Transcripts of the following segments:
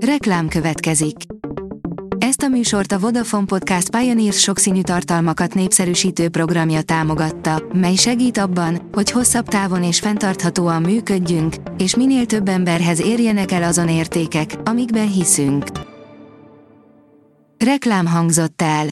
Reklám következik. Ezt a műsort a Vodafone Podcast Pioneers sokszínű tartalmakat népszerűsítő programja támogatta, mely segít abban, hogy hosszabb távon és fenntarthatóan működjünk, és minél több emberhez érjenek el azon értékek, amikben hiszünk. Reklám hangzott el.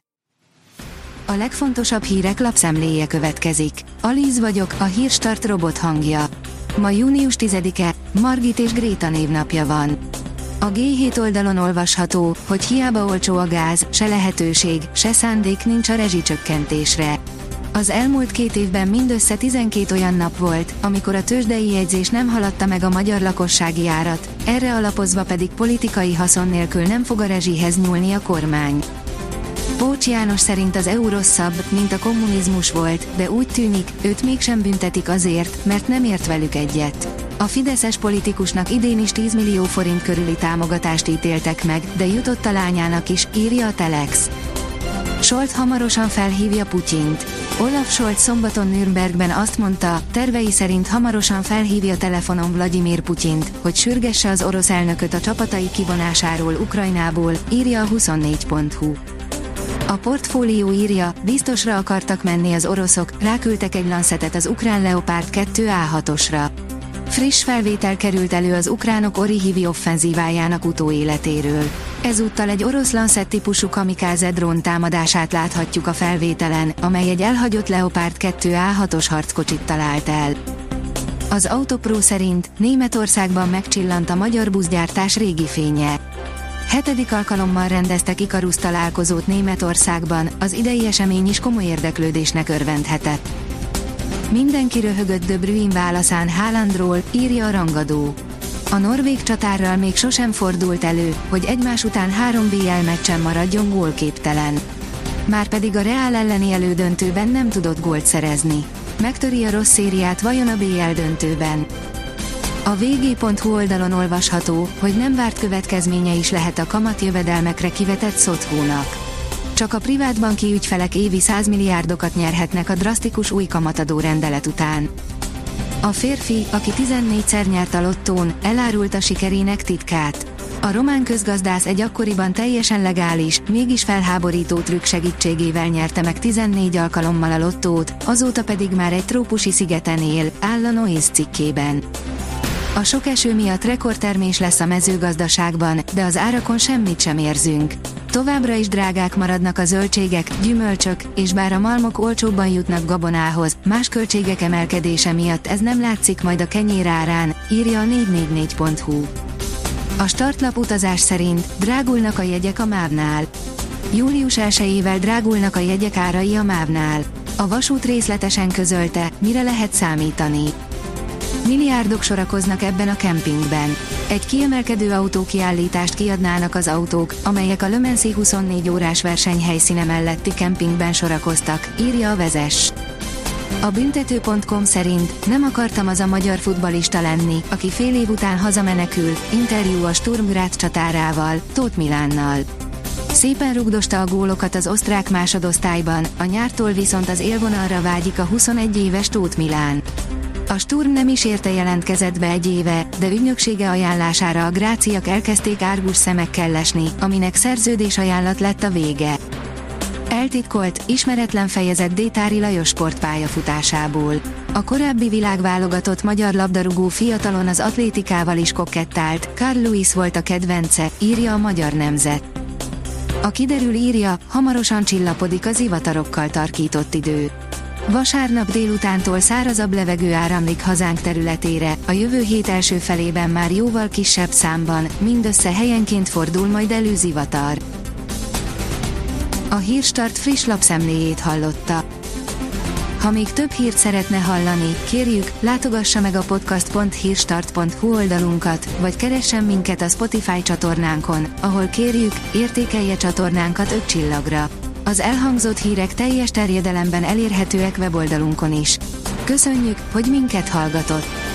A legfontosabb hírek lapszemléje következik. Alíz vagyok, a Hírstart robot hangja. Ma június 10-e, Margit és Gréta névnapja van. A G7 oldalon olvasható, hogy hiába olcsó a gáz, se lehetőség, se szándék nincs a rezsicsökkentésre. Az elmúlt 2 évben mindössze 12 olyan nap volt, amikor a tőzsdei jegyzés nem haladta meg a magyar lakossági árat, erre alapozva pedig politikai haszon nélkül nem fog a rezsihez nyúlni a kormány. Pócs János szerint az EU rosszabb, mint a kommunizmus volt, de úgy tűnik, őt mégsem büntetik azért, mert nem ért velük egyet. A fideszes politikusnak idén is 10 millió forint körüli támogatást ítéltek meg, de jutott a lányának is, írja a Telex. Scholz hamarosan felhívja Putyint. Olaf Scholz szombaton Nürnbergben azt mondta, tervei szerint hamarosan felhívja telefonon Vladimir Putyint, hogy sürgesse az orosz elnököt a csapatai kivonásáról Ukrajnából, írja a 24.hu. A Portfólió írja, biztosra akartak menni az oroszok, ráküldtek egy Lancetet az ukrán Leopard 2A6-osra. Friss felvétel került elő az ukránok Orihivi offenzívájának utóéletéről. Ezúttal egy orosz Lancet típusú kamikáze drón támadását láthatjuk a felvételen, amely egy elhagyott Leopard 2A6-os harckocsit talált el. Az Autopro szerint Németországban megcsillant a magyar buszgyártás régi fénye. 7. alkalommal rendeztek Ikarus találkozót Németországban, az idei esemény is komoly érdeklődésnek örvendhetett. Mindenki röhögött De Bruyne válaszán Haalandról, írja a rangadó. A norvég csatárral még sosem fordult elő, hogy egymás után 3 BL meccsen maradjon gólképtelen. Márpedig a Real elleni elődöntőben nem tudott gólt szerezni. Megtöri a rossz szériát vajon a BL döntőben? A vg.hu oldalon olvasható, hogy nem várt következménye is lehet a kamatjövedelmekre kivetett Szotthónak. Csak a privátbanki ügyfelek évi 100 milliárdokat nyerhetnek a drasztikus új kamatadó rendelet után. A férfi, aki 14-szer nyert a lottón, elárulta sikerének titkát. A román közgazdász egy akkoriban teljesen legális, mégis felháborító trükk segítségével nyerte meg 14 alkalommal a lottót, azóta pedig már egy trópusi szigeten él, áll a Noise cikkében. A sok eső miatt rekordtermés lesz a mezőgazdaságban, de az árakon semmit sem érzünk. Továbbra is drágák maradnak a zöldségek, gyümölcsök, és bár a malmok olcsóbban jutnak gabonához, más költségek emelkedése miatt ez nem látszik majd a kenyér árán, írja a 444.hu. A startlap utazás szerint drágulnak a jegyek a MÁV-nál. Július 1-ével drágulnak a jegyek árai a MÁV-nál. A vasút részletesen közölte, mire lehet számítani. Milliárdok sorakoznak ebben a kempingben. Egy kiemelkedő autókiállítást kiadnának az autók, amelyek a Le Mans-i 24 órás verseny helyszíne melletti kempingben sorakoztak, írja a Vezess. A büntető.com szerint nem akartam az a magyar futballista lenni, aki fél év után hazamenekül, interjú a Sturm Graz csatárával, Tóth Milánnal. Szépen rugdosta a gólokat az osztrák másodosztályban, a nyártól viszont az élvonalra vágyik a 21 éves Tóth Milán. A Sturm nem is érte jelentkezett be egy éve, de ügynöksége ajánlására a gráciak elkezdték árgus szemekkel lesni, aminek szerződés ajánlat lett a vége. Eltitkolt, ismeretlen fejezet Détári Lajos sportpályafutásából. A korábbi világválogatott magyar labdarúgó fiatalon az atlétikával is kokettált, Carl Lewis volt a kedvence, írja a Magyar Nemzet. A kiderül írja, hamarosan csillapodik az ivatarokkal tarkított idő. Vasárnap délutántól szárazabb levegő áramlik hazánk területére, a jövő hét első felében már jóval kisebb számban, mindössze helyenként fordul majd elő zivatar. A Hírstart friss lapszemléjét hallotta. Ha még több hírt szeretne hallani, kérjük, látogassa meg a podcast.hírstart.hu oldalunkat, vagy keressen minket a Spotify csatornánkon, ahol kérjük, értékelje csatornánkat 5 csillagra. Az elhangzott hírek teljes terjedelemben elérhetőek weboldalunkon is. Köszönjük, hogy minket hallgatott!